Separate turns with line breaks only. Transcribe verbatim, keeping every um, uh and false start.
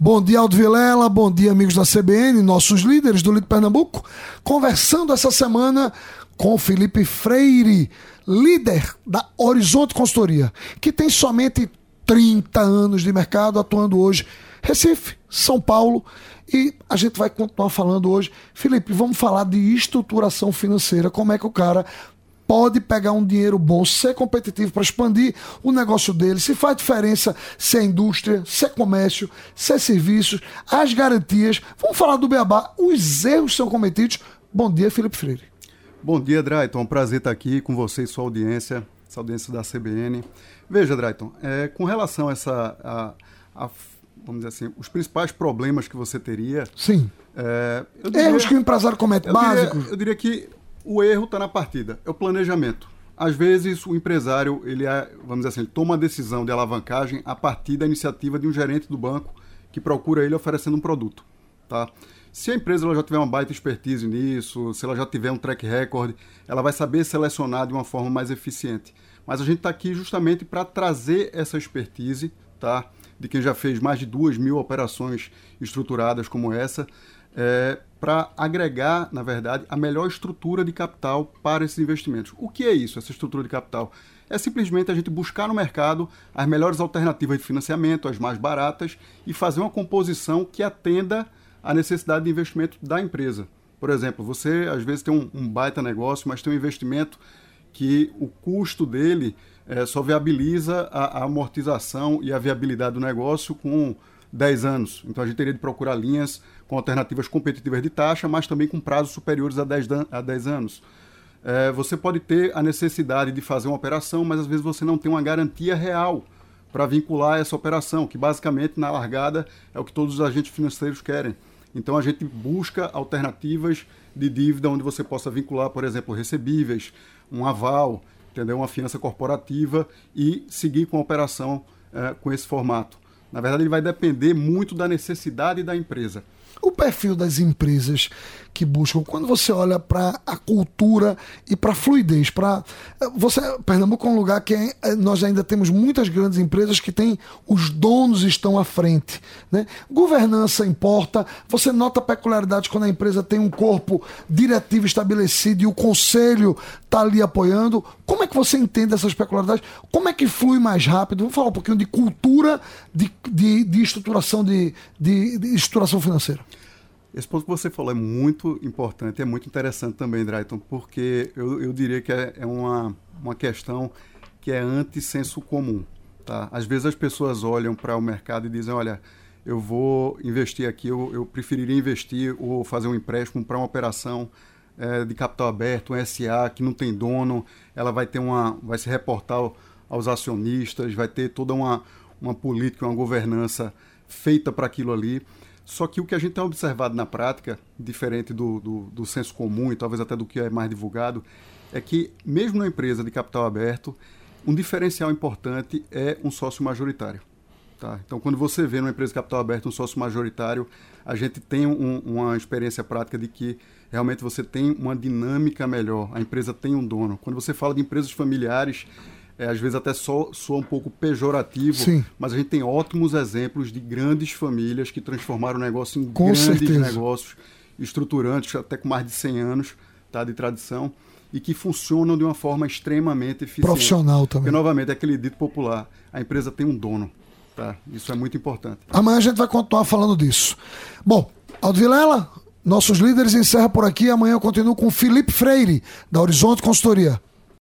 Bom dia, Aldo Vilela, bom dia, amigos da C B N, nossos líderes do Líder Pernambuco, conversando essa semana com Felipe Freire, líder da Horizonte Consultoria, que tem somente trinta anos de mercado, atuando hoje em Recife, São Paulo, e a gente vai continuar falando hoje. Felipe, vamos falar de estruturação financeira, como é que o cara pode pegar um dinheiro bom, ser competitivo para expandir o negócio dele, se faz diferença se é indústria, se é comércio, se é serviços, as garantias. Vamos falar do beabá, os erros são cometidos. Bom dia, Felipe Freire.
Bom dia, Drayton. É um prazer estar aqui com você e sua audiência, essa audiência da C B N. Veja, Drayton, é, com relação a essa, a, a, vamos dizer assim, os principais problemas que você teria...
Sim.
É, eu diria,
erros que o empresário comete,
eu
básicos.
Diria, eu diria que o erro está na partida, é o planejamento. Às vezes o empresário, ele é, vamos dizer assim, ele toma a decisão de alavancagem a partir da iniciativa de um gerente do banco que procura ele oferecendo um produto. Tá? Se a empresa ela já tiver uma baita expertise nisso, se ela já tiver um track record, ela vai saber selecionar de uma forma mais eficiente. Mas a gente está aqui justamente para trazer essa expertise, tá? De quem já fez mais de duas mil operações estruturadas como essa, é, para agregar, na verdade, a melhor estrutura de capital para esses investimentos. O que é isso, essa estrutura de capital? É simplesmente a gente buscar no mercado as melhores alternativas de financiamento, as mais baratas, e fazer uma composição que atenda à necessidade de investimento da empresa. Por exemplo, você às vezes tem um, um baita negócio, mas tem um investimento que o custo dele é, só viabiliza a, a amortização e a viabilidade do negócio com dez anos. Então a gente teria de procurar linhas com alternativas competitivas de taxa, mas também com prazos superiores a dez, a dez anos. É, você pode ter a necessidade de fazer uma operação, mas às vezes você não tem uma garantia real para vincular essa operação, que basicamente na largada é o que todos os agentes financeiros querem. Então a gente busca alternativas de dívida onde você possa vincular, por exemplo, recebíveis, um aval, entendeu? Uma fiança corporativa e seguir com a operação é, com esse formato. Na verdade, ele vai depender muito da necessidade da empresa.
O perfil das empresas que buscam, quando você olha para a cultura e para a fluidez, para você, Pernambuco é um lugar que é, nós ainda temos muitas grandes empresas que têm, os donos estão à frente, né? Governança importa, você nota peculiaridades quando a empresa tem um corpo diretivo estabelecido e o conselho está ali apoiando. Como é que você entende essas peculiaridades? Como é que flui mais rápido? Vamos falar um pouquinho de cultura de, de, de estruturação de, de, de estruturação financeira.
Esse ponto que você falou é muito importante, é muito interessante também, Drayton, porque eu, eu diria que é, é uma, uma questão que é anti-senso comum. Tá? Às vezes as pessoas olham para o mercado e dizem, olha, eu vou investir aqui, eu, eu preferiria investir ou fazer um empréstimo para uma operação é, de capital aberto, um S A que não tem dono, ela vai ter uma, vai se reportar aos acionistas, vai ter toda uma, uma política, uma governança feita para aquilo ali. Só que o que a gente tem observado na prática, diferente do, do, do senso comum e talvez até do que é mais divulgado, é que mesmo na empresa de capital aberto, um diferencial importante é um sócio majoritário. Tá? Então, quando você vê numa empresa de capital aberto um sócio majoritário, a gente tem um, uma experiência prática de que realmente você tem uma dinâmica melhor, a empresa tem um dono. Quando você fala de empresas familiares, É, às vezes até só soa um pouco pejorativo,
Sim.
mas a gente tem ótimos exemplos de grandes famílias que transformaram o negócio em
Com
grandes
certeza.
negócios estruturantes, até com mais de cem anos, tá, de tradição, e que funcionam de uma forma extremamente eficiente.
Profissional também.
Porque, novamente, é aquele dito popular, a empresa tem um dono. Tá? Isso é muito importante.
Amanhã a gente vai continuar falando disso. Bom, Aldo Vilela, nossos líderes encerra por aqui. Amanhã eu continuo com Felipe Freire, da Horizonte Consultoria.